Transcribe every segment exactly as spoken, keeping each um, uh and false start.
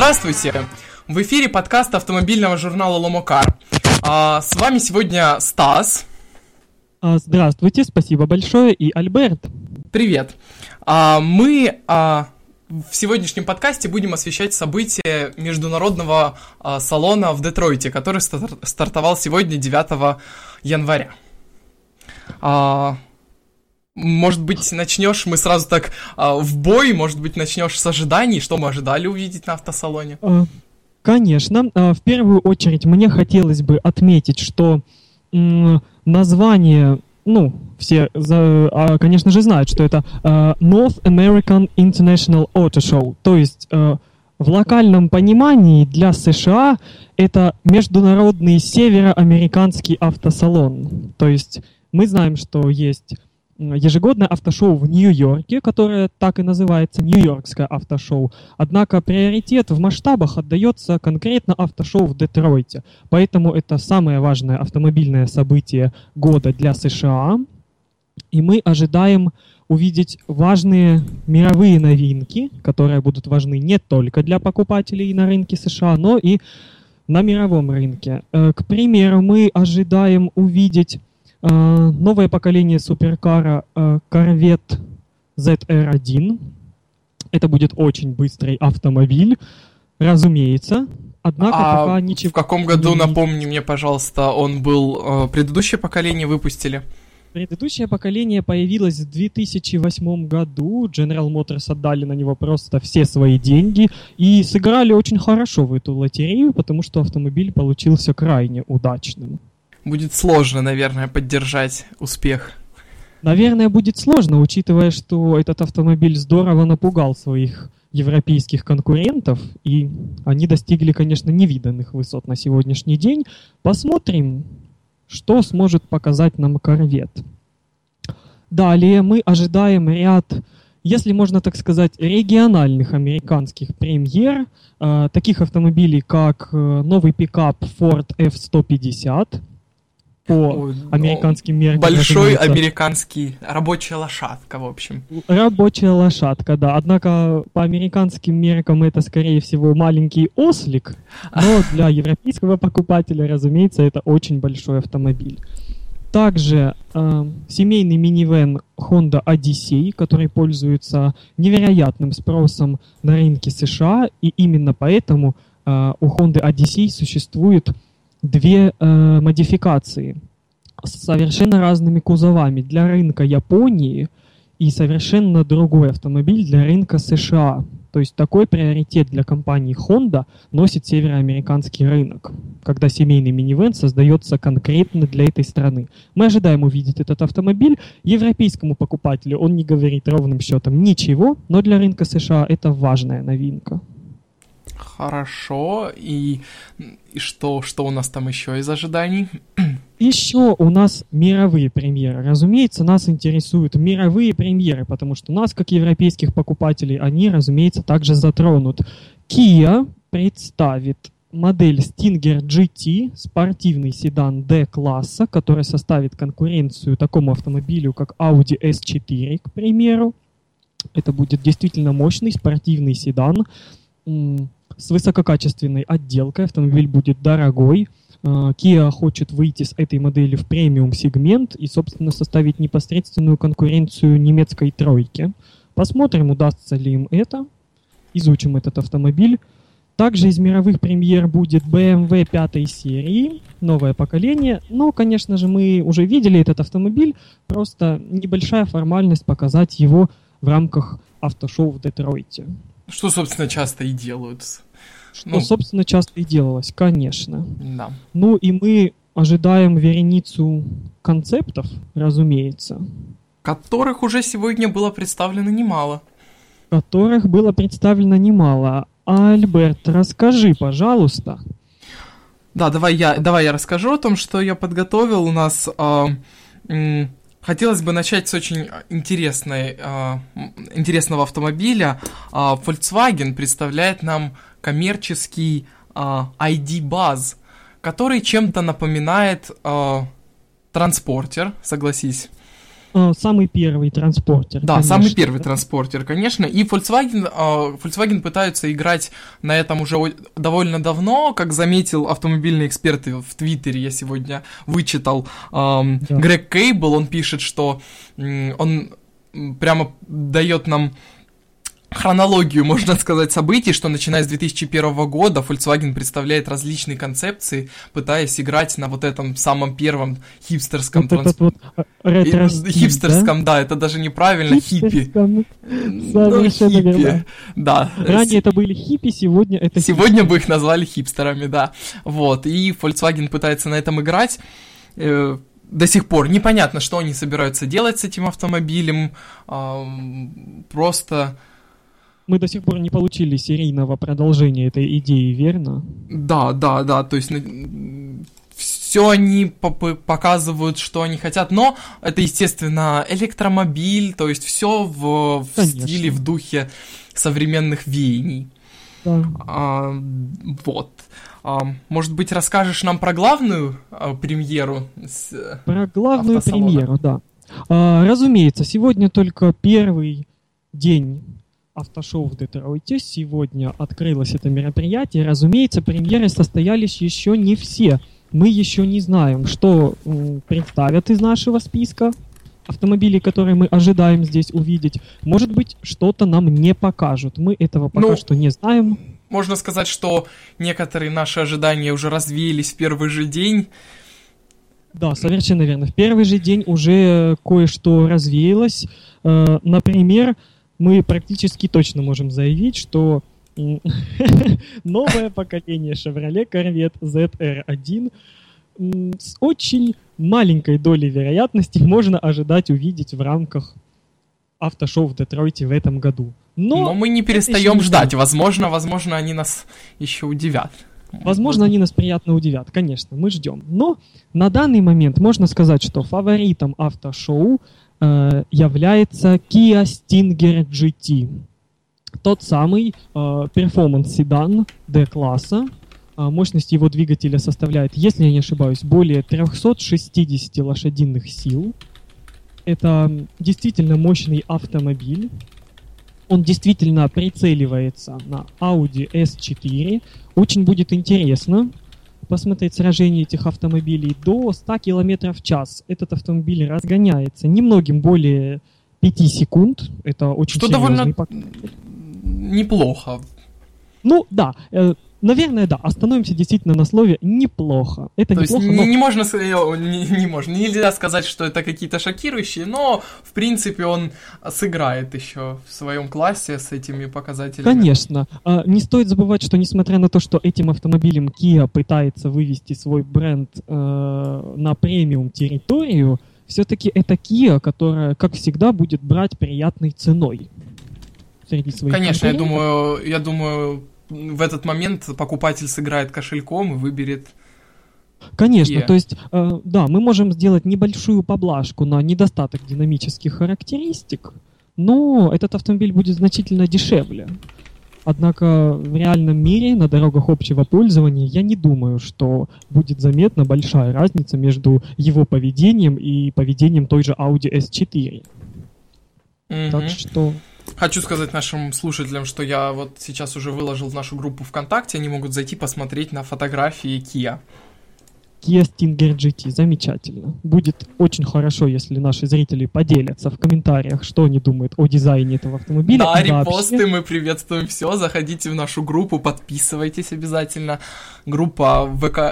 Здравствуйте! В эфире подкаст автомобильного журнала Ломокар. А, с вами сегодня Стас. Здравствуйте, спасибо большое, и Альберт. Привет. А, мы а, в сегодняшнем подкасте будем освещать события международного а, салона в Детройте, который стар- стартовал сегодня, девятого января. А, может быть, начнешь, мы сразу так а, в бой, может быть, начнешь с ожиданий, что мы ожидали увидеть на автосалоне? Конечно. В первую очередь мне хотелось бы отметить, что м, название, ну, все, за, конечно же, знают, что это North American International Auto Show, то есть в локальном понимании для США это международный североамериканский автосалон. То есть мы знаем, что есть ежегодное автошоу в Нью-Йорке, которое так и называется Нью-Йоркское автошоу. Однако приоритет в масштабах отдается конкретно автошоу в Детройте. Поэтому это самое важное автомобильное событие года для США. И мы ожидаем увидеть важные мировые новинки, которые будут важны не только для покупателей на рынке США, но и на мировом рынке. К примеру, мы ожидаем увидеть Uh, новое поколение суперкара uh, Corvette зет эр один. Это будет очень быстрый автомобиль, разумеется. Однако а пока ничего... в каком году, напомни мне, пожалуйста, он был... Uh, предыдущее поколение выпустили? Предыдущее поколение появилось в две тысячи восьмом году. General Motors отдали на него просто все свои деньги и сыграли очень хорошо в эту лотерею, потому что автомобиль получился крайне удачным. Будет сложно, наверное, поддержать успех. Наверное, будет сложно, учитывая, что этот автомобиль здорово напугал своих европейских конкурентов, и они достигли, конечно, невиданных высот на сегодняшний день. Посмотрим, что сможет показать нам Corvette. Далее мы ожидаем ряд, если можно так сказать, региональных американских премьер, э, таких автомобилей, как э, новый пикап Ford эф сто пятьдесят, по американским меркам. Большой американский, рабочая лошадка, в общем. Рабочая лошадка, да. Однако по американским меркам это, скорее всего, маленький ослик, но для европейского покупателя, разумеется, это очень большой автомобиль. Также э, семейный минивэн Honda Odyssey, который пользуется невероятным спросом на рынке США, и именно поэтому э, у Honda Odyssey существует две э, модификации с совершенно разными кузовами для рынка Японии и совершенно другой автомобиль для рынка США. То есть такой приоритет для компании Honda носит североамериканский рынок, когда семейный минивэн создается конкретно для этой страны. Мы ожидаем увидеть этот автомобиль. Европейскому покупателю он не говорит ровным счетом ничего, но для рынка США это важная новинка. Хорошо. И, и что, что у нас там еще из ожиданий? Еще у нас мировые премьеры. Разумеется, нас интересуют мировые премьеры, потому что нас, как европейских покупателей, они, разумеется, также затронут. Kia представит модель Stinger джи ти, спортивный седан D-класса, который составит конкуренцию такому автомобилю, как Audi эс четыре, к примеру. Это будет действительно мощный спортивный седан с высококачественной отделкой. Автомобиль будет дорогой. Kia хочет выйти с этой модели в премиум-сегмент и, собственно, составить непосредственную конкуренцию немецкой тройке. Посмотрим, удастся ли им это. Изучим этот автомобиль. Также из мировых премьер будет бэ эм вэ пятой серии, новое поколение. Но, конечно же, мы уже видели этот автомобиль. Просто небольшая формальность показать его в рамках автошоу в Детройте. Что, собственно, часто и делают. Что, ну, собственно, часто и делалось, конечно. Да. Ну и мы ожидаем вереницу концептов, разумеется. Которых уже сегодня было представлено немало. Которых было представлено немало. Альберт, расскажи, пожалуйста. Да, давай я, давай я расскажу о том, что я подготовил. У нас э, э, хотелось бы начать с очень интересной, э, интересного автомобиля. Э, Volkswagen представляет нам коммерческий э, ай ди-Buzz, который чем-то напоминает э, транспортер, согласись. э, самый первый транспортер. Да, конечно. самый первый транспортер, конечно. И Volkswagen, э, Volkswagen пытаются играть на этом уже о- довольно давно. Как заметил автомобильный эксперт в Твиттере, я сегодня вычитал, эм, Да. Грег Кейбл, он пишет, что м, он м, прямо дает нам хронологию, можно сказать, событий, что начиная с две тысячи первого года Volkswagen представляет различные концепции, пытаясь играть на вот этом самом первом хипстерском Вот этот вот э, ретро-стиль, Хипстерском, да? это даже неправильно, да? хиппи. Хипстерском. Ну, Совершенно хиппи, верно. да. Ранее это были хиппи, сегодня это Сегодня бы их назвали хипстерами, да. Вот, и Volkswagen пытается на этом играть. Э, До сих пор непонятно, что они собираются делать с этим автомобилем. Ам, Просто... Мы до сих пор не получили серийного продолжения этой идеи, верно? Да, да, да, то есть все они поп- показывают, что они хотят, но это, естественно, электромобиль, то есть все в, в Конечно. стиле, в духе современных веяний. Да. А, вот. А, может быть, расскажешь нам про главную а, премьеру? С, э, Про главную автосалона. премьеру, да. А, разумеется, сегодня только первый день автошоу в Детройте. Сегодня открылось это мероприятие. Разумеется, премьеры состоялись еще не все. Мы еще не знаем, что м, представят из нашего списка автомобилей, которые мы ожидаем здесь увидеть. Может быть, что-то нам не покажут. Мы этого пока Ну, что не знаем. Можно сказать, что некоторые наши ожидания уже развеялись в первый же день. Да, совершенно верно. В первый же день уже кое-что развеялось. Э, Например, мы практически точно можем заявить, что м, новое поколение Chevrolet Corvette зет эр один м, с очень маленькой долей вероятности можно ожидать увидеть в рамках автошоу в Детройте в этом году. Но, Но мы не это перестаем еще не ждать. все. Возможно, возможно, они нас еще удивят. Возможно, они нас приятно удивят, конечно, мы ждем. Но на данный момент можно сказать, что фаворитом автошоу э, является Kia Stinger джи ти. Тот самый э, перформанс-седан D-класса. Э, мощность его двигателя составляет, если я не ошибаюсь, более триста шестьдесят лошадиных сил. Это действительно мощный автомобиль. Он действительно прицеливается на Audi эс четыре. Очень будет интересно посмотреть сражение этих автомобилей. До ста километров в час этот автомобиль разгоняется немногим более пяти секунд. Это очень Что серьезный довольно показатель. неплохо. Ну да, э, наверное, да. Остановимся действительно на слове «неплохо». Это То есть неплохо, не, но... не можно сказать, не, не можно, нельзя сказать, что это какие-то шокирующие, но в принципе он сыграет еще в своем классе с этими показателями. Конечно. А, Не стоит забывать, что несмотря на то, что этим автомобилем Kia пытается вывести свой бренд э, на премиум территорию, все-таки это Kia, которая, как всегда, будет брать приятной ценой среди своих Конечно, я конкурентов. думаю, я думаю, в этот момент покупатель сыграет кошельком и выберет. Конечно, Kia. то есть, э, да, мы можем сделать небольшую поблажку на недостаток динамических характеристик, но этот автомобиль будет значительно дешевле. Однако в реальном мире на дорогах общего пользования я не думаю, что будет заметна большая разница между его поведением и поведением той же Audi эс четыре. Мгм. Так что... Хочу сказать нашим слушателям, что я вот сейчас уже выложил в нашу группу ВКонтакте, они могут зайти посмотреть на фотографии Kia. Kia Stinger джи ти, замечательно. Будет очень хорошо, если наши зрители поделятся в комментариях, что они думают о дизайне этого автомобиля. Да, и вообще. репосты, мы приветствуем все. Заходите в нашу группу, подписывайтесь обязательно. Группа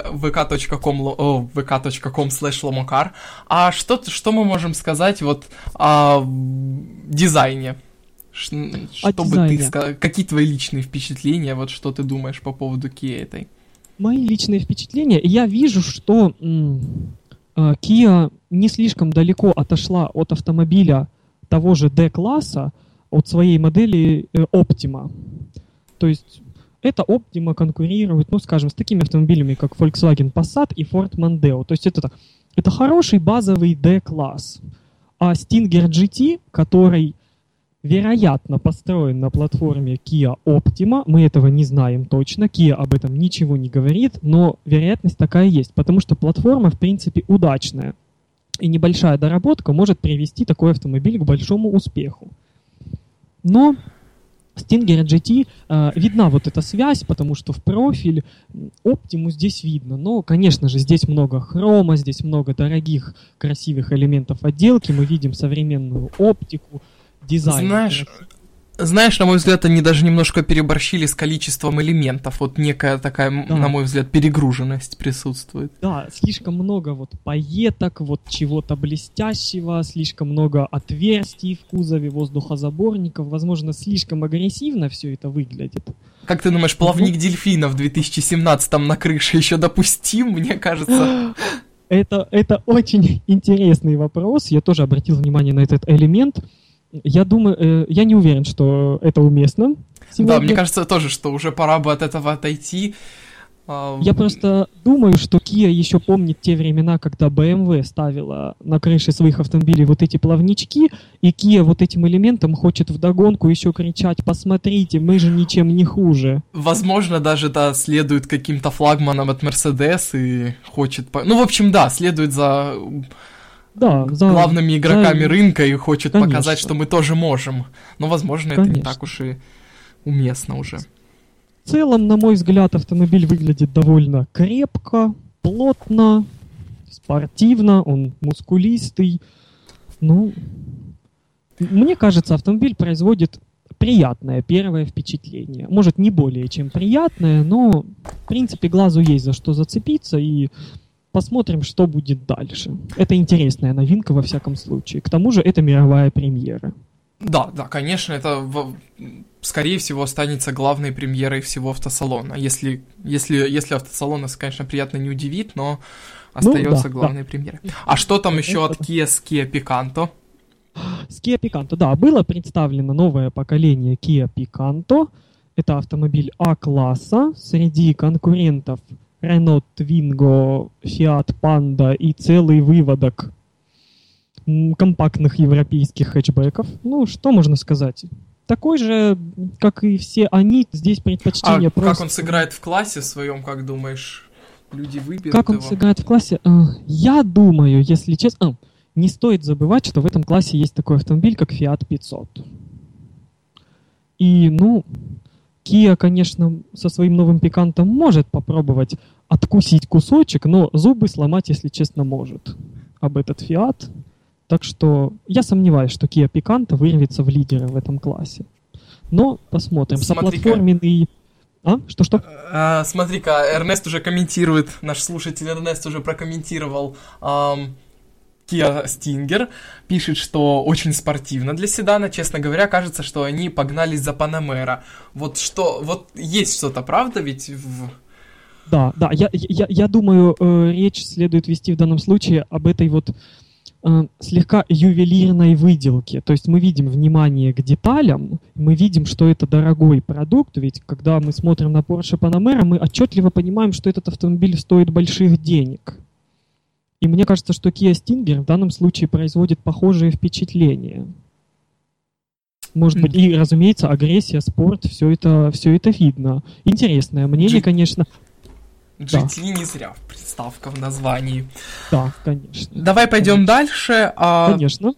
vk.com о, vk.com slash lomokar. А что, что мы можем сказать вот о дизайне? Ш- О Что бы дизайне. ты сказал? Какие твои личные впечатления? Вот что ты думаешь по поводу Kia этой? Мои личные впечатления, я вижу, что м, э, Kia не слишком далеко отошла от автомобиля того же D-класса, от своей модели э, Optima. То есть эта Optima конкурирует, ну, скажем, с такими автомобилями, как Volkswagen Passat и Ford Mondeo. То есть это, это хороший базовый D-класс. А Stinger джи ти, который вероятно построен на платформе Kia Optima. Мы этого не знаем точно. Kia об этом ничего не говорит, но вероятность такая есть, потому что платформа, в принципе, удачная. и небольшая доработка может привести такой автомобиль к большому успеху. Но Stinger джи ти э, видна вот эта связь, потому что в профиль Optimus здесь видно. Но, конечно же, здесь много хрома, здесь много дорогих, красивых элементов отделки. Мы видим современную оптику, дизайн. Знаешь, знаешь, на мой взгляд, они даже немножко переборщили с количеством элементов. Вот некая такая, да. на мой взгляд, перегруженность присутствует. Да, слишком много вот пайеток, вот чего-то блестящего, слишком много отверстий в кузове, воздухозаборников. Возможно, слишком агрессивно все это выглядит. Как ты думаешь, плавник ну, дельфина в две тысячи семнадцатом на крыше еще допустим, мне кажется? Это, это очень интересный вопрос. Я тоже обратил внимание на этот элемент. Я думаю, э, я не уверен, что это уместно сегодня. Да, мне кажется тоже, что уже пора бы от этого отойти. Я просто думаю, что Kia еще помнит те времена, когда бэ эм вэ ставила на крыше своих автомобилей вот эти плавнички, и Kia вот этим элементом хочет вдогонку еще кричать: посмотрите, мы же ничем не хуже. Возможно, даже, да, следует каким-то флагманам от Mercedes и хочет... Ну, в общем, да, следует за... Да, за, главными игроками за... рынка и хочет Конечно. показать, что мы тоже можем. Но, возможно, Конечно. это не так уж и уместно уже. В целом, на мой взгляд, автомобиль выглядит довольно крепко, плотно, спортивно, он мускулистый. Ну, мне кажется, автомобиль производит приятное первое впечатление. Может, не более чем приятное, но, в принципе, глазу есть за что зацепиться, и посмотрим, что будет дальше. Это интересная новинка во всяком случае. К тому же это мировая премьера. Да, да, конечно, это, скорее всего, останется главной премьерой всего автосалона. Если, если, если автосалон нас, конечно, приятно не удивит, но остается ну, да, главной да. премьерой. А что там еще от Kia с Kia Picanto? С Kia Picanto, да, было представлено новое поколение Kia Picanto. Это автомобиль А-класса. Среди конкурентов Renault Twingo, Fiat Panda и целый выводок компактных европейских хэтчбеков. Ну, что можно сказать? Такой же, как и все они, здесь предпочтение а просто... как он сыграет в классе своем, как думаешь, люди выберут Как он его? сыграет в классе? Я думаю, если честно... Не стоит забывать, что в этом классе есть такой автомобиль, как Fiat пятьсот. И, ну... Kia, конечно, со своим новым Пикантом может попробовать откусить кусочек, но зубы сломать, если честно, может об этот Fiat. Так что я сомневаюсь, что Kia Picanto вырвется в лидеры в этом классе. Но посмотрим. Соплатформенный... А? Что-что? А, смотри-ка, Эрнест уже комментирует, наш слушатель Эрнест уже прокомментировал... Ам... Kia Stinger, пишет, что очень спортивно для седана. Честно говоря, кажется, что они погнались за Panamera. Вот что, вот есть что-то, правда, ведь в... Да, да, я, я, я думаю, э, речь следует вести в данном случае об этой вот э, слегка ювелирной выделке. То есть мы видим внимание к деталям, мы видим, что это дорогой продукт, ведь когда мы смотрим на Porsche Panamera, мы отчетливо понимаем, что этот автомобиль стоит больших денег. И мне кажется, что Kia Stinger в данном случае производит похожие впечатления. Может быть, и, разумеется, агрессия, спорт, все это, все это видно. Интересное мнение, G- конечно. джи ти да. Не зря приставка в названии. Да, конечно. Давай пойдем конечно. дальше. Конечно.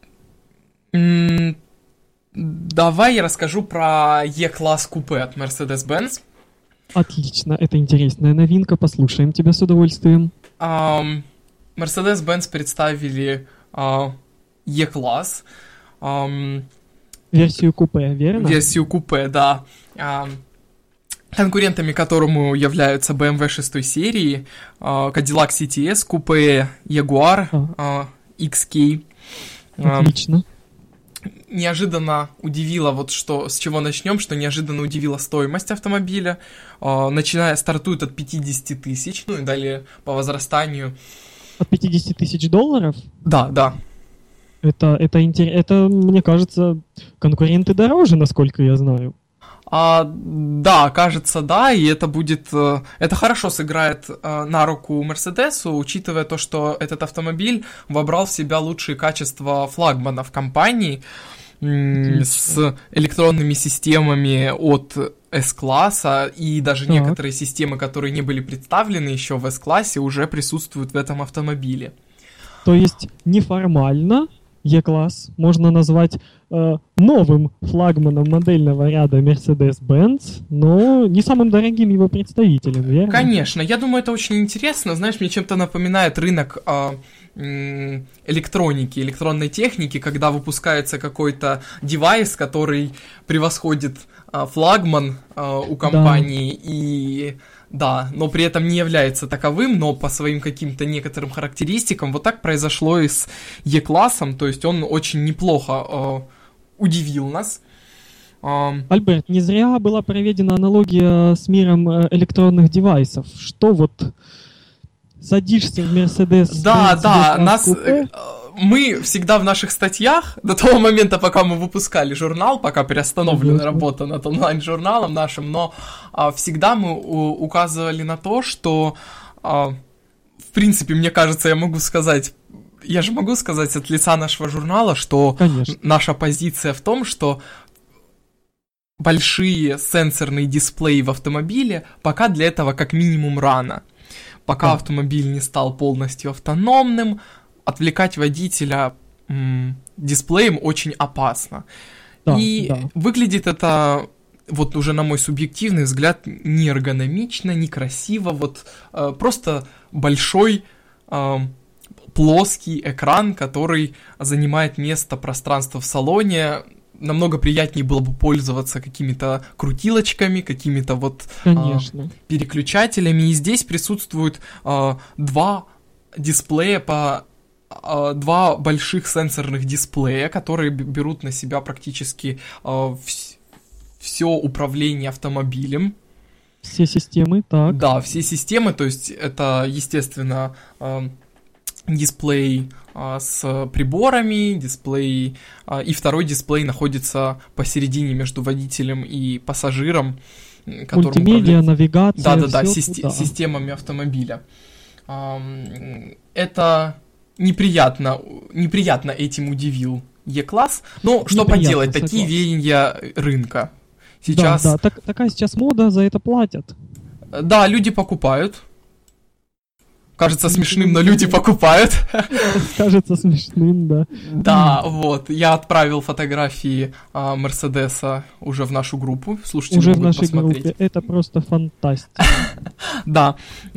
М- давай я расскажу про E-класс купе от Mercedes-Benz. Отлично, это интересная новинка, послушаем тебя с удовольствием. Um, Mercedes-Benz представили uh, E-класс. Um, версию купе, верно? Версию купе, да. Uh, конкурентами которому являются бэ эм вэ шестой серии, uh, Cadillac си ти эс, купе Jaguar uh, икс кей. Uh, Отлично. Неожиданно удивило, вот что, с чего начнем, что неожиданно удивила стоимость автомобиля. Uh, начиная, стартует от пятьдесят тысяч, ну и далее по возрастанию. От пятьдесят тысяч долларов? Да, да. Это, это, интер... это, мне кажется, конкуренты дороже, насколько я знаю. А, да, кажется, да, и это будет... Это хорошо сыграет на руку Мерседесу, учитывая то, что этот автомобиль вобрал в себя лучшие качества флагманов компании. Отлично. С электронными системами от S-класса, и даже так. Некоторые системы, которые не были представлены еще в S-классе, уже присутствуют в этом автомобиле. То есть неформально E-класс можно назвать э, новым флагманом модельного ряда Mercedes-Benz, но не самым дорогим его представителем, верно? Конечно, я думаю, это очень интересно. Знаешь, мне чем-то напоминает рынок э, м, электроники, электронной техники, когда выпускается какой-то девайс, который превосходит э, флагман э, у компании, да. и... Да, но при этом не является таковым, но по своим каким-то некоторым характеристикам. Вот так произошло и с E-классом, то есть он очень неплохо э, удивил нас. Э, Альберт, не зря была проведена аналогия с миром электронных девайсов. Что вот садишься в Mercedes... Да, да, нас... Э, мы всегда в наших статьях, до того момента, пока мы выпускали журнал, пока приостановлена mm-hmm. работа над онлайн-журналом нашим, но а, всегда мы у, указывали на то, что, а, в принципе, мне кажется, я могу сказать, я же могу сказать от лица нашего журнала, что Конечно. Наша позиция в том, что большие сенсорные дисплеи в автомобиле пока для этого как минимум рано. Пока да. автомобиль не стал полностью автономным, отвлекать водителя м, дисплеем очень опасно. Да, и да. выглядит это, вот уже на мой субъективный взгляд, не эргономично, некрасиво. Вот э, просто большой э, плоский экран, который занимает место пространства в салоне. Намного приятнее было бы пользоваться какими-то крутилочками, какими-то вот э, переключателями. И здесь присутствуют э, два дисплея по два больших сенсорных дисплея, которые берут на себя практически э, вс- все управление автомобилем. Все системы, так. Да, все системы, то есть это, естественно, э, дисплей э, с приборами, дисплей, э, и второй дисплей находится посередине между водителем и пассажиром. Мультимедиа, управляет... навигация. Да-да-да, сист- системами автомобиля. Э, это... Неприятно, неприятно этим удивил E-класс, но что поделать, согласен. Такие веяния рынка. Сейчас... Да, да, так, такая сейчас мода, за это платят. Да, люди покупают. Кажется смешным, но люди покупают. Кажется смешным, да. Да, вот, я отправил фотографии а, Мерседеса уже в нашу группу, слушайте, уже в нашей группе, это просто фантастика. Да,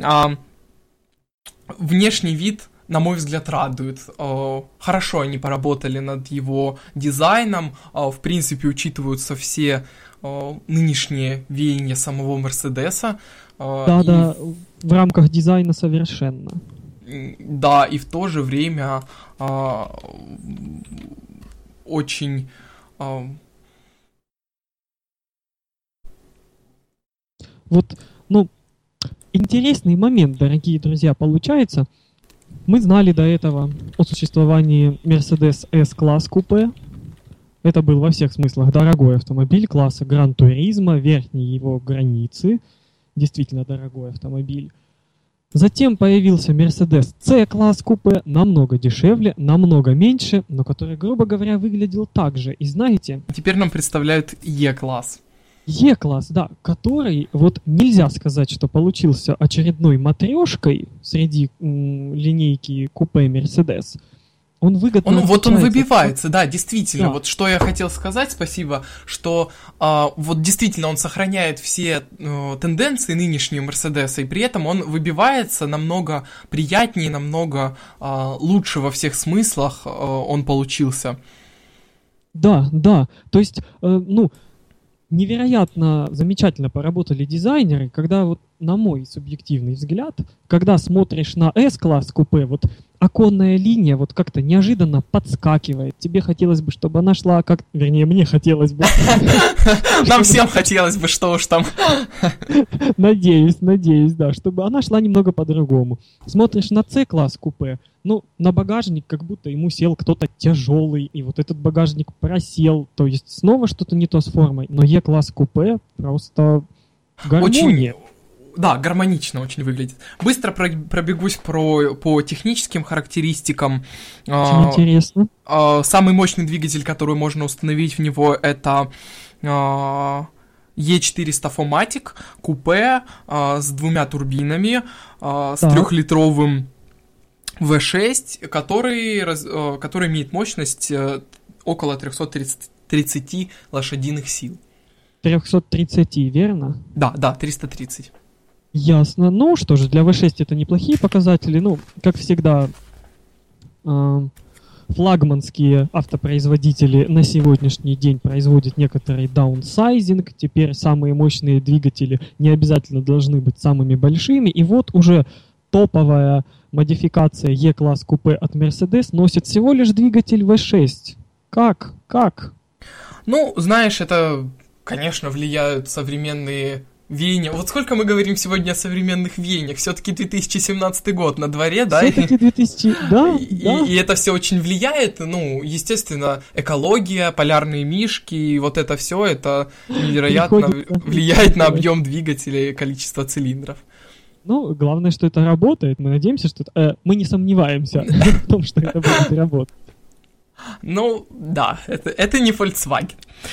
внешний вид... на мой взгляд, радует. Хорошо они поработали над его дизайном, в принципе, учитываются все нынешние веяния самого Мерседеса. Да-да, и... в рамках дизайна совершенно. Да, и в то же время очень... Вот, ну, интересный момент, дорогие друзья, получается... Мы знали до этого о существовании Mercedes S-класс купе. Это был во всех смыслах дорогой автомобиль класса Гран Туризмо, верхние его границы. Действительно дорогой автомобиль. Затем появился Mercedes C-класс купе, намного дешевле, намного меньше, но который, грубо говоря, выглядел так же. И знаете... Теперь нам представляют E-класс. E-класс, да, который, вот нельзя сказать, что получился очередной матрешкой среди м, линейки купе Mercedes. Он выгодно он, вот он выбивается, да, действительно. Да. Вот что я хотел сказать, спасибо, что а, вот действительно он сохраняет все а, тенденции нынешнего Мерседеса, и при этом он выбивается намного приятнее, намного а, лучше во всех смыслах а, он получился. Да, да, то есть, э, ну... Невероятно замечательно поработали дизайнеры, когда вот, на мой субъективный взгляд, когда смотришь на S-класс купе, вот оконная линия вот как-то неожиданно подскакивает. Тебе хотелось бы, чтобы она шла как... Вернее, мне хотелось бы. Нам всем хотелось бы, что уж там. Надеюсь, надеюсь, да, чтобы она шла немного по-другому. Смотришь на C-класс купе, ну, на багажник как будто ему сел кто-то тяжелый, и вот этот багажник просел, то есть снова что-то не то с формой. Но E-класс купе просто гармония. Очень... Да, гармонично очень выглядит. Быстро пробегусь про, по техническим характеристикам. Очень интересно. Самый мощный двигатель, который можно установить в него, это и четыреста Fomatic, купе с двумя турбинами, с трехлитровым ви шесть, который, который имеет мощность около триста тридцать лошадиных сил. триста тридцать, верно? Да, да, триста тридцать. Ясно. Ну что же, для ви шесть это неплохие показатели. Ну, как всегда, э, флагманские автопроизводители на сегодняшний день производят некоторый даунсайзинг. Теперь самые мощные двигатели не обязательно должны быть самыми большими. И вот уже топовая модификация E-класс купе от Mercedes носит всего лишь двигатель ви шесть. Как? Как? Ну, знаешь, это, конечно, влияют современные веяния. Вот сколько мы говорим сегодня о современных веяниях, все-таки две тысячи семнадцатый год на дворе, да? Все-таки две тысячи, да, и, да. И, и это все очень влияет, ну, естественно, экология, полярные мишки, и вот это все, это невероятно Приходится. влияет на объем двигателя и количество цилиндров. Ну, главное, что это работает. Мы надеемся, что... Э, мы не сомневаемся в том, что это будет работать. Ну, да, это, это не Volkswagen.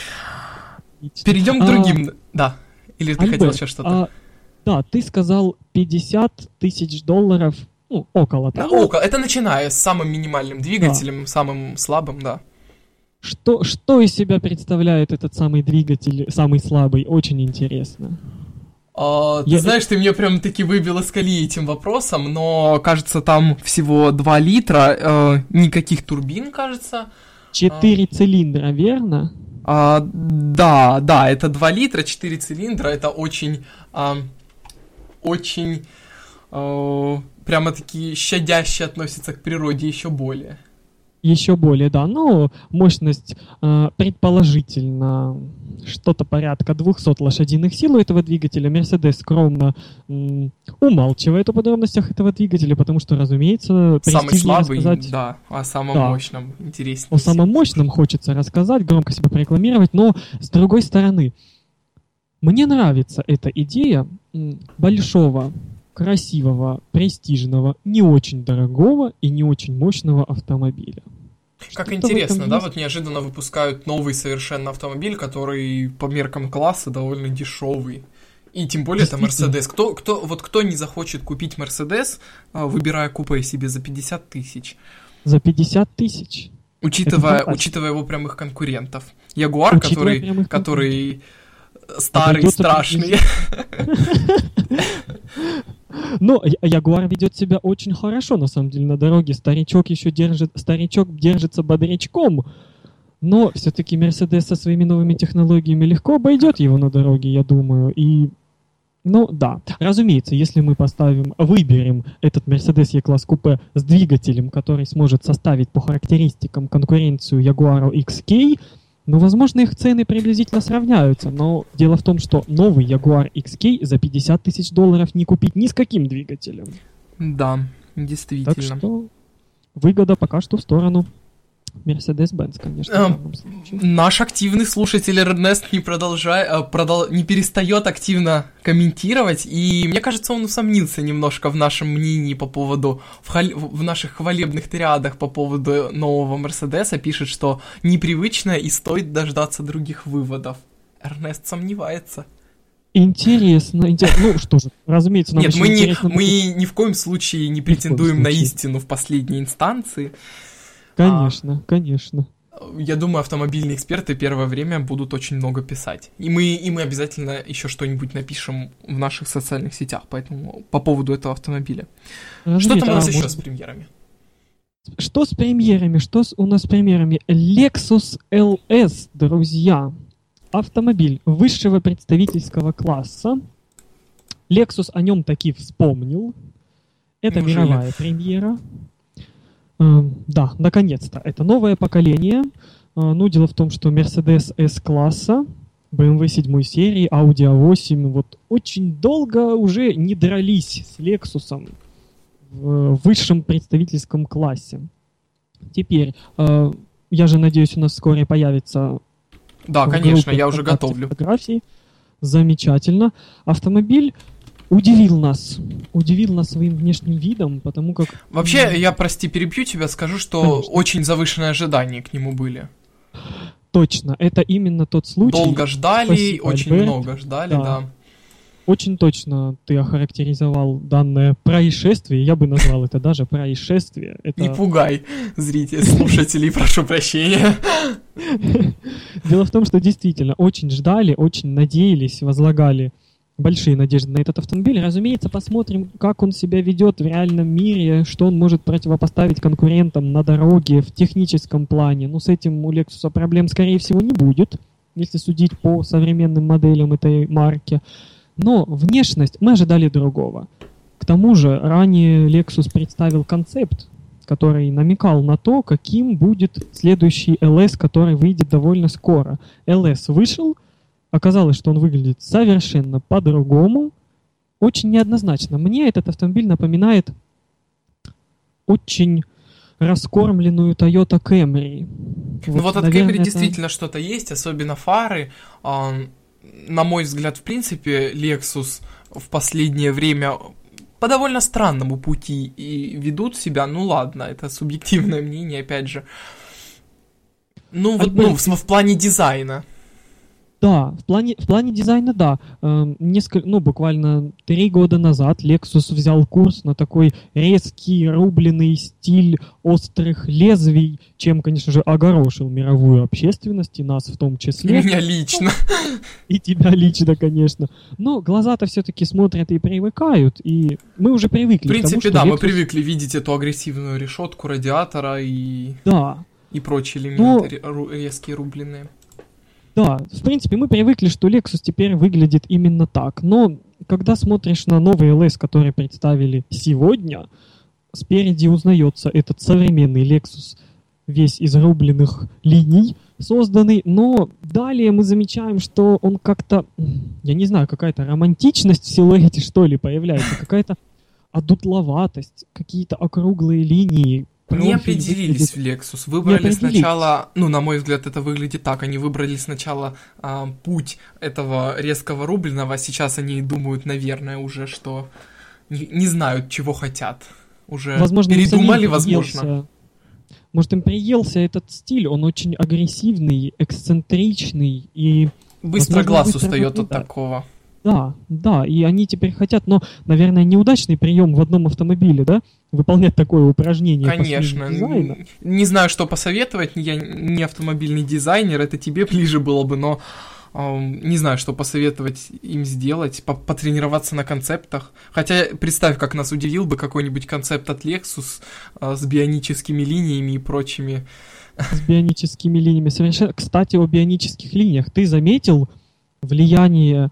Перейдем к другим. А, да. Или ты Альберт, хотел еще что-то? А, да, ты сказал пятьдесят тысяч долларов, ну, около того. Да, около. Это начиная с самым минимальным двигателем, да. самым слабым, да. Что, что из себя представляет этот самый двигатель, самый слабый? Очень интересно. Uh, Я... Ты знаешь, ты меня прям таки выбил из колеи этим вопросом, но, кажется, там всего два литра, uh, никаких турбин, кажется. Четыре uh... цилиндра, верно? Uh, да, да, это два литра, четыре цилиндра, это очень, uh, очень, uh, прямо-таки щадяще относится к природе еще более. Еще более, да, но мощность э, предположительно что-то порядка двухсот лошадиных сил у этого двигателя. Mercedes скромно м, умалчивает о подробностях этого двигателя, потому что, разумеется, самый слабый, рассказать... да, о самом да. мощном интереснее. О самом мощном хочется рассказать, громко себя порекламировать, но с другой стороны, мне нравится эта идея м, большого, красивого, престижного, не очень дорогого и не очень мощного автомобиля. Как Что-то интересно, да, вот неожиданно выпускают новый совершенно автомобиль, который по меркам класса довольно дешевый. И тем более это Mercedes. Кто, кто, вот кто не захочет купить Mercedes, выбирая купе себе за пятьдесят тысяч? За пятьдесят тысяч? Учитывая, учитывая его прямых конкурентов. Ягуар, который, который старый, страшный. Но Ягуар ведет себя очень хорошо, на самом деле, на дороге. Старичок еще держит, старичок держится бодрячком, но все-таки Mercedes со своими новыми технологиями легко обойдет его на дороге, я думаю. И, ну да, разумеется, если мы поставим, выберем этот Mercedes E-класс купе с двигателем, который сможет составить по характеристикам конкуренцию Jaguar икс кей, ну, возможно, их цены приблизительно сравняются, но дело в том, что новый Jaguar икс кей за пятьдесят тысяч долларов не купить ни с каким двигателем. Да, действительно. Так что выгода пока что в сторону Mercedes-Benz, конечно. А, наш активный слушатель Эрнест не, продолжает, продол, не перестает активно комментировать, и мне кажется, он усомнился немножко в нашем мнении по поводу, в, хваль, в наших хвалебных триадах по поводу нового Мерседеса, пишет, что непривычно и стоит дождаться других выводов. Эрнест сомневается. Интересно, интересно. Ну что же, разумеется, нам Нет, еще мы интересно... Не, мы ни в коем случае не претендуем на истину в последней инстанции. Конечно, а, конечно. Я думаю, автомобильные эксперты первое время будут очень много писать. И мы, и мы обязательно еще что-нибудь напишем в наших социальных сетях, поэтому по поводу этого автомобиля. Разумеется, что там у нас а, еще может... с премьерами? Что с премьерами? Что с, у нас с премьерами? Lexus эл эс, друзья. Автомобиль высшего представительского класса. Lexus о нем таки вспомнил. Это Неужели? Мировая премьера. Да, наконец-то. Это новое поколение. Ну, дело в том, что Mercedes S-класса, бэ эм вэ седьмой серии, Audi а восемь вот очень долго уже не дрались с Lexus в высшем представительском классе. Теперь, я же надеюсь, у нас вскоре появится... Да, конечно, я уже готовлю. Фотографии. Замечательно. Автомобиль удивил нас. Удивил нас своим внешним видом, потому как... Вообще, я, прости, перебью тебя, скажу, что Конечно. Очень завышенные ожидания к нему были. Точно, это именно тот случай. Долго ждали, Спасибо, очень Альберт. Много ждали, да. да. очень точно ты охарактеризовал данное происшествие, я бы назвал это даже происшествие. Это... Не пугай зрителей, слушателей, прошу прощения. Дело в том, что действительно очень ждали, очень надеялись, возлагали большие надежды на этот автомобиль. Разумеется, посмотрим, как он себя ведет в реальном мире, что он может противопоставить конкурентам на дороге в техническом плане. Ну, с этим у Lexus проблем, скорее всего, не будет, если судить по современным моделям этой марки. Но внешность мы ожидали другого. К тому же, ранее Lexus представил концепт, который намекал на то, каким будет следующий эл эс, который выйдет довольно скоро. эл эс вышел, оказалось, что он выглядит совершенно по-другому, очень неоднозначно. Мне этот автомобиль напоминает очень раскормленную Toyota Camry. Ну вот, вот от наверное, Camry это... действительно что-то есть, особенно фары. На мой взгляд, в принципе, Lexus в последнее время по довольно странному пути и ведут себя. Ну ладно, это субъективное мнение, опять же. Ну вот, ну, в, в плане дизайна. Да, в плане, в плане дизайна, да. Э, несколько, ну, буквально три года назад Lexus взял курс на такой резкий, рубленый стиль острых лезвий, чем, конечно же, огорошил мировую общественность, и нас в том числе. Меня лично. И тебя лично, конечно. Но глаза-то все-таки смотрят и привыкают, и мы уже привыкли. В принципе, к тому, да, Lexus... мы привыкли видеть эту агрессивную решетку радиатора и, да. и прочие элементы Но... резкие, рубленые. Да, в принципе, мы привыкли, что Lexus теперь выглядит именно так. Но когда смотришь на новый эл эс, который представили сегодня, спереди узнается этот современный Lexus, весь из рубленых линий созданный. Но далее мы замечаем, что он как-то, я не знаю, какая-то романтичность в силуэте, что ли, появляется. Какая-то одутловатость, какие-то округлые линии. Не определились в Lexus, выбрали сначала, ну, на мой взгляд, это выглядит так, они выбрали сначала а, путь этого резкого рубленого, а сейчас они думают, наверное, уже, что не, не знают, чего хотят, уже возможно, передумали, возможно. Приелся, может, им приелся этот стиль, он очень агрессивный, эксцентричный и... Быстро возможно, глаз быстро устает от такого. Да, да, и они теперь хотят, но, наверное, неудачный прием в одном автомобиле, да, выполнять такое упражнение. Конечно, не, не знаю, что посоветовать, я не автомобильный дизайнер, это тебе ближе было бы, но э, не знаю, что посоветовать им сделать, потренироваться на концептах. Хотя представь, как нас удивил бы какой-нибудь концепт от Lexus э, с бионическими линиями и прочими. С бионическими линиями, совершенно. Кстати, о бионических линиях. Ты заметил влияние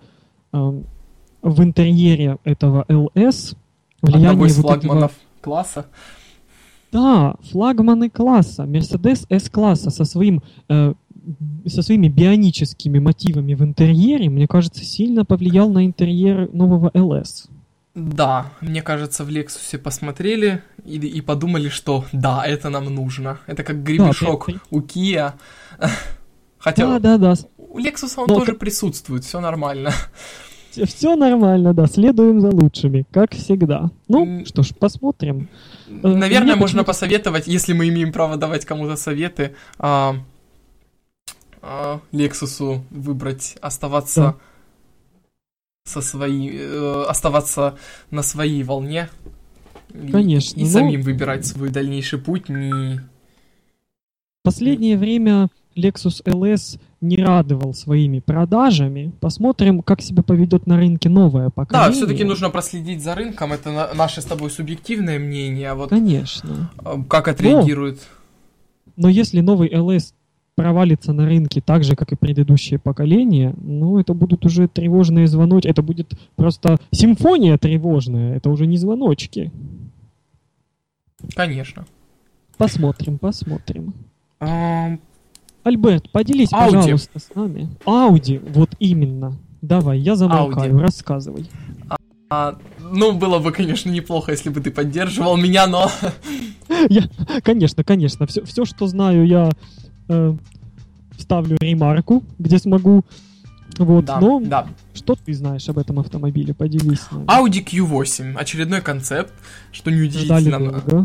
в интерьере этого эл эс, влияние одного из вот флагманов этого... класса. Да, флагманы класса, Mercedes S-класса со своим э, со своими бионическими мотивами в интерьере, мне кажется, сильно повлиял на интерьер нового эл эс. Да, мне кажется, в Lexus посмотрели и, и подумали, что да, это нам нужно. Это как гребешок да, у Kia. Хотя да, да, да. У Lexus он Но тоже как... присутствует, все нормально. Все нормально, да, следуем за лучшими, как всегда. Ну, mm. что ж, посмотрим. Наверное, можно посоветовать, если мы имеем право давать кому-то советы, а, а, Lexus'у выбрать, оставаться да. со своей, э, оставаться на своей волне. Конечно. И, и самим но... выбирать свой дальнейший путь. Не... Последнее время Lexus эл эс не радовал своими продажами. Посмотрим, как себя поведет на рынке новое поколение. Да, все-таки нужно проследить за рынком. Это на- наше с тобой субъективное мнение. А вот конечно. Как отреагирует? Но, но если новый эл эс провалится на рынке так же, как и предыдущее поколение, ну, это будут уже тревожные звоночки. Это будет просто симфония тревожная. Это уже не звоночки. Конечно. Посмотрим, посмотрим. Um... Альберт, поделись, Audi. Пожалуйста, с нами. Ауди, вот именно. Давай, я замолкаю, Audi. Рассказывай. А, ну, было бы, конечно, неплохо, если бы ты поддерживал меня, но... Я, конечно, конечно. Все, все, что знаю, я э, вставлю ремарку, где смогу. Вот, да, но да. Что ты знаешь об этом автомобиле? Поделись с нами. Audi кью восемь. Очередной концепт, что неудивительно.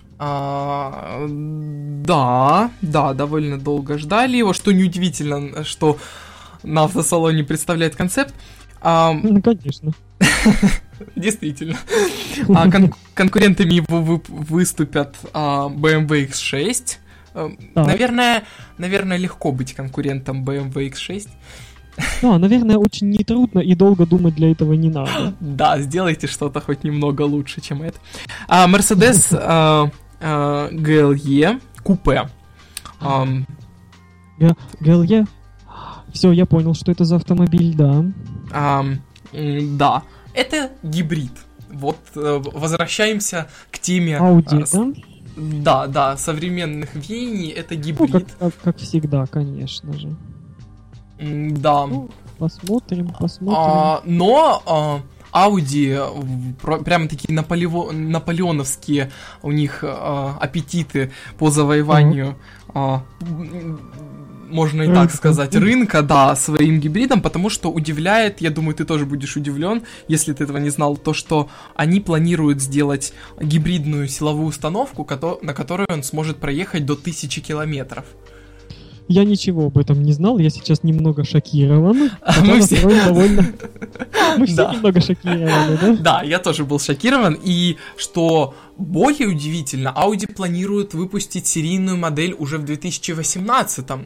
А, да, да, довольно долго ждали его, что неудивительно, что на автосалоне представляет концепт. А, Ну, конечно. действительно. А, кон- конкурентами его вы- выступят а, бэ эм вэ икс шесть. А, Так. наверное, наверное, легко быть конкурентом бэ эм вэ икс шесть. Да, наверное, очень нетрудно и долго думать для этого не надо. Да, сделайте что-то хоть немного лучше, чем это. А, Mercedes а, а, джи эл и купе. Ам, джи эл и? Все, я понял, что это за автомобиль, да. ам, м, да, это гибрид. Вот э, возвращаемся к теме. Audi, а, с- да? Да, да, современных веяний это Ну, гибрид. как, как, как всегда, конечно же. М, Да. Ну, посмотрим, посмотрим. А, но а, Audi в- про- прямо такие наполево- наполеоновские у них а, аппетиты по завоеванию, а, м, можно и так Рынка. сказать, рынка, да, своим гибридом, потому что удивляет, я думаю, ты тоже будешь удивлен, если ты этого не знал, то, что они планируют сделать гибридную силовую установку, кото- на которой он сможет проехать до тысячи километров. Я ничего об этом не знал, я сейчас немного шокирован. хотя Мы все- настроен довольно... Мы все Да. немного шокированы, да? Да, я тоже был шокирован, и что более удивительно, Audi планирует выпустить серийную модель уже в две тысячи восемнадцатом.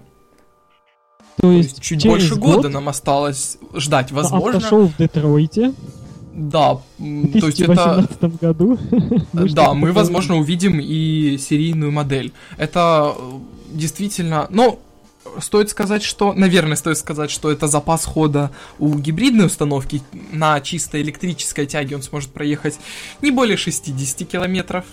То То есть есть чуть через больше год года нам осталось ждать, на возможно. автошоу в Детройте Да, в м, то есть две тысячи это... восемнадцатом году. мы Да, что-то мы, такое- возможно, увидим и серийную модель. Это э, действительно... Ну, стоит сказать, что... Наверное, стоит сказать, что это запас хода у гибридной установки. На чисто электрической тяге он сможет проехать не более шестьдесят километров.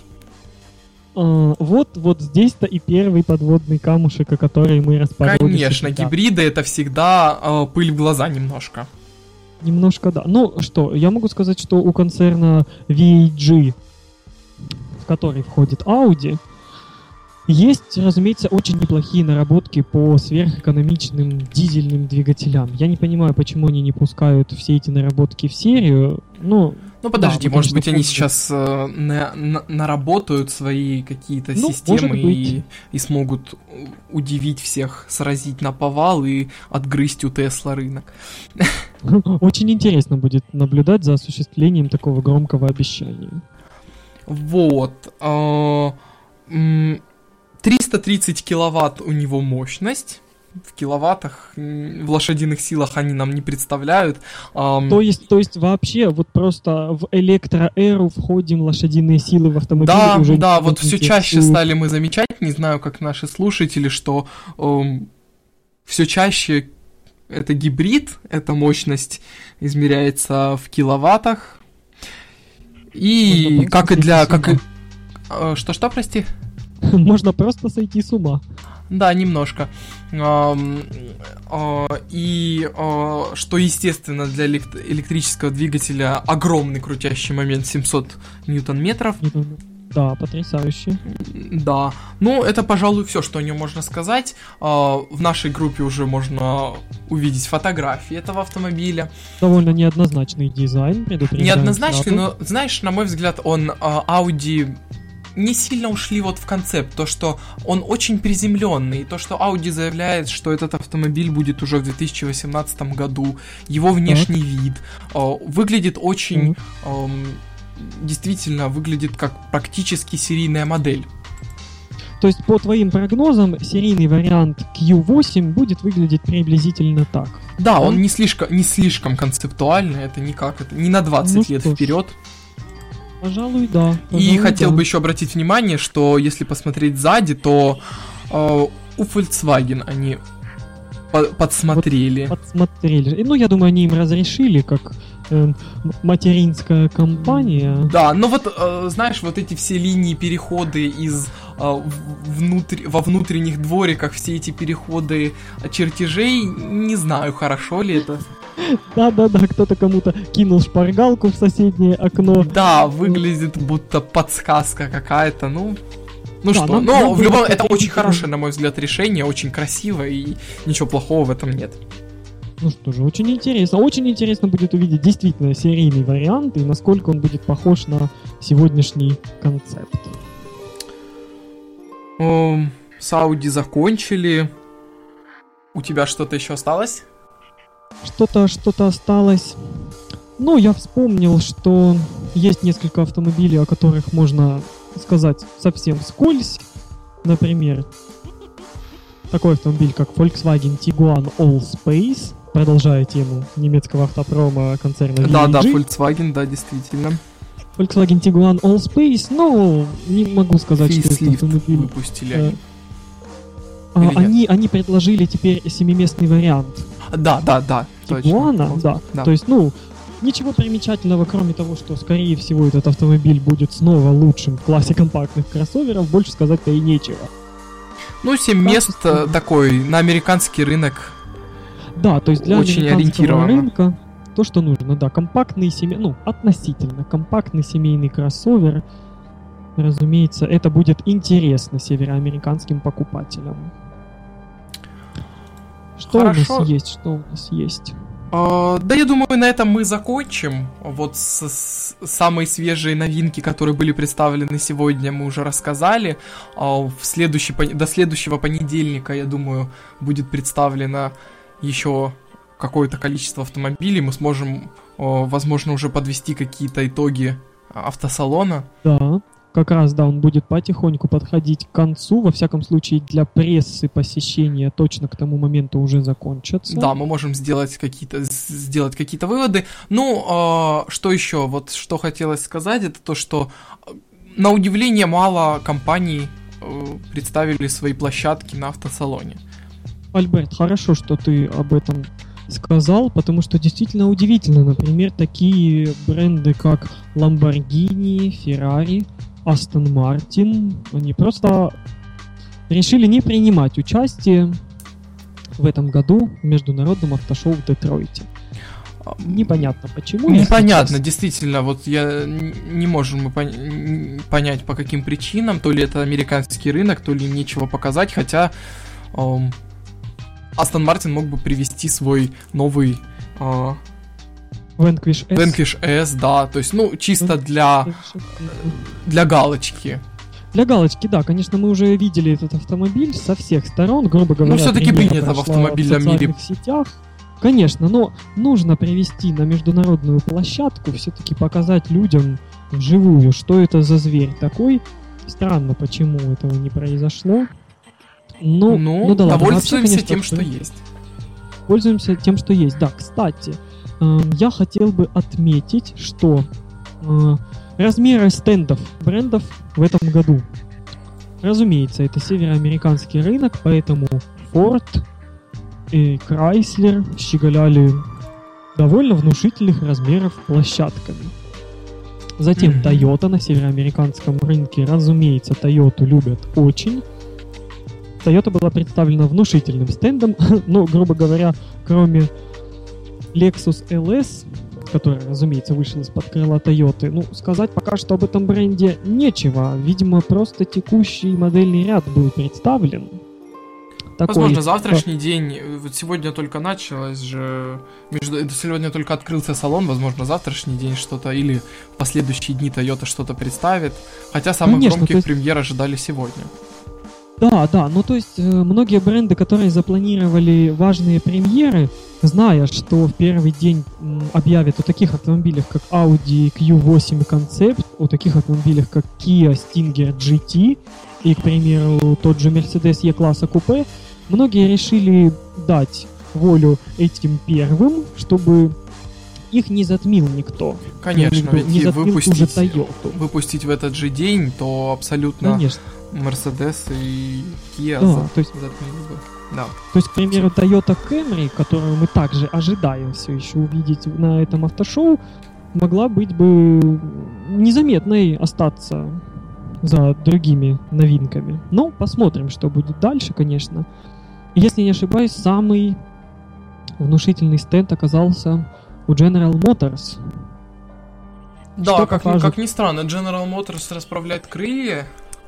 А, Вот, вот здесь-то и первый подводный камушек, о который мы распороли. Конечно, всегда. гибриды это всегда э, пыль в глаза немножко. Немножко, да. Ну что, я могу сказать, что у концерна ви эй джи, в который входит Audi, есть, разумеется, очень неплохие наработки по сверхэкономичным дизельным двигателям. Я не понимаю, почему они не пускают все эти наработки в серию. Ну, Ну подожди, мы, может конечно, быть они помним. сейчас э, на- на- наработают свои какие-то Ну, системы может и, быть. и смогут удивить всех, сразить на повал и отгрызть у Тесла рынок. очень интересно будет наблюдать за осуществлением такого громкого обещания. Вот. э, м, триста тридцать киловатт у него мощность. В киловаттах, м, в лошадиных силах они нам не представляют. Ам, То есть, то есть вообще вот просто в электроэру входим лошадиные силы в автомобиле. Да, уже да, не вот все интересует. чаще стали мы замечать, не знаю, как наши слушатели, что все чаще это гибрид, эта мощность измеряется в киловаттах. И Можно как и просто для... сойти Как с и... э, Что-что, прости? Можно просто сойти с ума. Да, немножко. Ам, а, И а, что, естественно, для элект- электрического двигателя огромный крутящий момент семьсот ньютон-метров. Да, потрясающе. Да, ну это, пожалуй, все, что о нем можно сказать. А, В нашей группе уже можно увидеть фотографии этого автомобиля. Довольно неоднозначный дизайн, предупреждаем Неоднозначный, сразу. но, знаешь, на мой взгляд, он а, Audi не сильно ушли вот в концепт, то, что он очень приземленный, то, что Audi заявляет, что этот автомобиль будет уже в две тысячи восемнадцатом году, его внешний вид а, выглядит очень... ам, действительно выглядит как практически серийная модель. То есть, по твоим прогнозам, серийный вариант кью восемь будет выглядеть приблизительно так. Да, Да? он не слишком, не слишком концептуальный, это никак, это не на двадцать Ну лет что ж. вперед. Пожалуй, да. И пожалуй, хотел да. бы еще обратить внимание, что если посмотреть сзади, то э, у Volkswagen они по- подсмотрели. Подсмотрели. И, ну, я думаю, они им разрешили, как э, м- материнская компания. Да, но вот, э, знаешь, вот эти все линии, переходы из э, в- внутри, во внутренних двориках, все эти переходы чертежей, не знаю, хорошо ли это. Да-да-да, кто-то кому-то кинул шпаргалку в соседнее окно. Да, выглядит будто подсказка какая-то, ну... Ну Да, что, нам- но нам в любом... будет Это очень отлично. хорошее, на мой взгляд, решение, очень красиво, и ничего плохого в этом нет. Ну что же, очень интересно. Очень интересно будет увидеть действительно серийный вариант и насколько он будет похож на сегодняшний концепт. Эм, С Audi закончили. У тебя что-то еще осталось? Что-то, что-то осталось. Ну, я вспомнил, что есть несколько автомобилей, о которых можно сказать совсем вскользь. Например, такой автомобиль, как Volkswagen Tiguan Allspace, продолжая тему немецкого автопрома концерна ви эй джи. Да, да, Volkswagen, да, действительно. Volkswagen Tiguan Allspace, ну, не могу сказать, что это автомобиль. Выпустили они. А, они, они предложили теперь семиместный вариант. Да, да, да. Тигуана, да. да. То есть, ну, ничего примечательного, кроме того, что, скорее всего, этот автомобиль будет снова лучшим в классе компактных кроссоверов, больше сказать-то и нечего. Ну, семь мест такой на американский рынок. Да, то есть для очень американского рынка то, что нужно, да, компактный семейный, ну, относительно компактный семейный кроссовер, разумеется, это будет интересно североамериканским покупателям. Что Хорошо. у нас есть, что у нас есть? Uh, да, я думаю, на этом мы закончим. Вот с, с, самые свежие новинки, которые были представлены сегодня, мы уже рассказали. Uh, в следующий, до следующего понедельника, я думаю, будет представлено еще какое-то количество автомобилей. Мы сможем, uh, возможно, уже подвести какие-то итоги автосалона. Да. Как раз, да, он будет потихоньку подходить к концу. Во всяком случае, для прессы посещения точно к тому моменту уже закончатся. Да, мы можем сделать какие-то, сделать какие-то выводы. Ну, э, что еще? Вот что хотелось сказать, это то, что на удивление мало компаний э, представили свои площадки на автосалоне. Альберт, хорошо, что ты об этом сказал, потому что действительно удивительно. Например, такие бренды, как Lamborghini, Ferrari, Aston Martin, они просто решили не принимать участие в этом году в международном автошоу в Детройте. Непонятно почему. Непонятно, действительно, вот я не можем мы пон- понять по каким причинам, то ли это американский рынок, то ли им нечего показать, хотя эм, Aston Martin мог бы привести свой новый э, Vanquish S. Vanquish S, да, то есть, ну, чисто для, для галочки. Для галочки, да, конечно, мы уже видели этот автомобиль со всех сторон, грубо говоря. Ну, все-таки принято в автомобильном в мире. Сетях. Конечно, но нужно привести на международную площадку, все-таки показать людям вживую, что это за зверь такой. Странно, почему этого не произошло. Ну, ну, ну да ладно, довольствуемся вообще, конечно, тем, что есть. Пользуемся тем, что есть. Да, кстати, э, я хотел бы отметить, что э, размеры стендов брендов в этом году. Разумеется, это североамериканский рынок, поэтому Ford и Chrysler щеголяли довольно внушительных размеров площадками. Затем mm-hmm. Toyota на североамериканском рынке, разумеется, Toyota любят очень. Toyota была представлена внушительным стендом, но, грубо говоря, кроме Lexus эл эс, который, разумеется, вышел из-под крыла Toyota, ну, сказать пока что об этом бренде нечего. Видимо, просто текущий модельный ряд был представлен. Такой... Возможно, завтрашний день, вот сегодня только началось же, между... сегодня только открылся салон, возможно, завтрашний день что-то, или в последующие дни Toyota что-то представит, хотя самых Конечно, громких есть... премьер ожидали сегодня. Да, да, ну то есть э, многие бренды, которые запланировали важные премьеры, зная, что в первый день м, объявят о таких автомобилях, как Audi кью восемь Concept, о таких автомобилях, как Kia Stinger джи ти и, к примеру, тот же Mercedes E-класса купе, многие решили дать волю этим первым, чтобы их не затмил никто. Конечно, ведь не затмил выпустить, уже Toyota. выпустить в этот же день, то абсолютно Конечно. Mercedes и Kia да, за... то есть... затмили бы. Да. То есть, к примеру, Toyota Camry, которую мы также ожидаем все еще увидеть на этом автошоу, могла быть бы незаметной остаться за другими новинками. Но посмотрим, что будет дальше, конечно. Если не ошибаюсь, самый внушительный стенд оказался у General Motors. Да, как, покажет... как ни странно, General Motors расправляет крылья.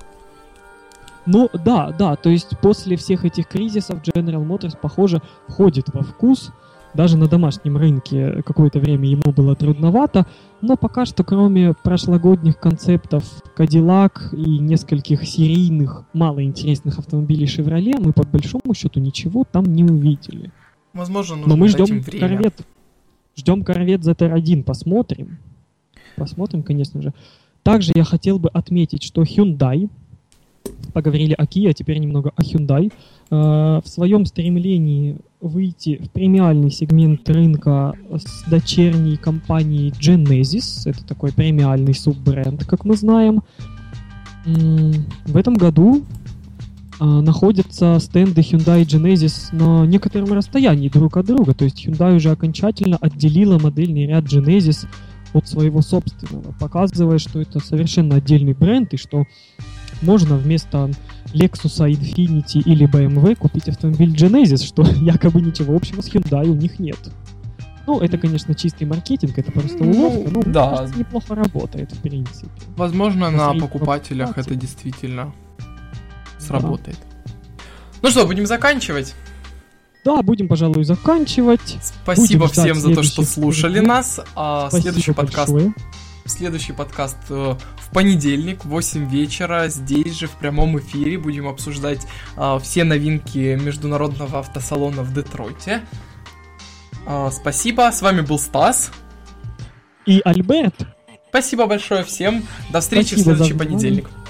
Ну, да, да, то есть после всех этих кризисов General Motors, похоже, входит во вкус. Даже на домашнем рынке какое-то время ему было трудновато, но пока что, кроме прошлогодних концептов Cadillac и нескольких серийных, малоинтересных автомобилей Chevrolet, мы по большому счету ничего там не увидели. Возможно, нужно Но мы дать ждем им время. корвет. Ждем корвет зет ар один, посмотрим. Посмотрим, конечно же. Также я хотел бы отметить, что Hyundai, поговорили о Kia, а теперь немного о Hyundai, э, в своем стремлении выйти в премиальный сегмент рынка с дочерней компанией Genesis, это такой премиальный суббренд, как мы знаем, м- в этом году э, находятся стенды Hyundai и Genesis на некотором расстоянии друг от друга, то есть Hyundai уже окончательно отделила модельный ряд Genesis от своего собственного, показывая, что это совершенно отдельный бренд и что можно вместо Lexus, Infiniti или би эм дабл ю купить автомобиль Genesis, что якобы ничего общего с Hyundai у них нет. Ну, это, конечно, чистый маркетинг, это просто уловка, но, да. мне кажется, неплохо работает, в принципе. Возможно, на Посмотреть покупателях покупатель. это действительно сработает. Ну что, будем заканчивать? Да, будем, пожалуй, заканчивать. Спасибо Будем всем ждать за то, что следующих слушали выпусков. нас. А Спасибо следующий подкаст, большое. следующий подкаст э, в понедельник в восемь вечера. Здесь же в прямом эфире будем обсуждать э, все новинки международного автосалона в Детройте. Э, спасибо. С вами был Стас. И Альберт. Спасибо большое всем. До встречи Спасибо в следующий за внимание. понедельник.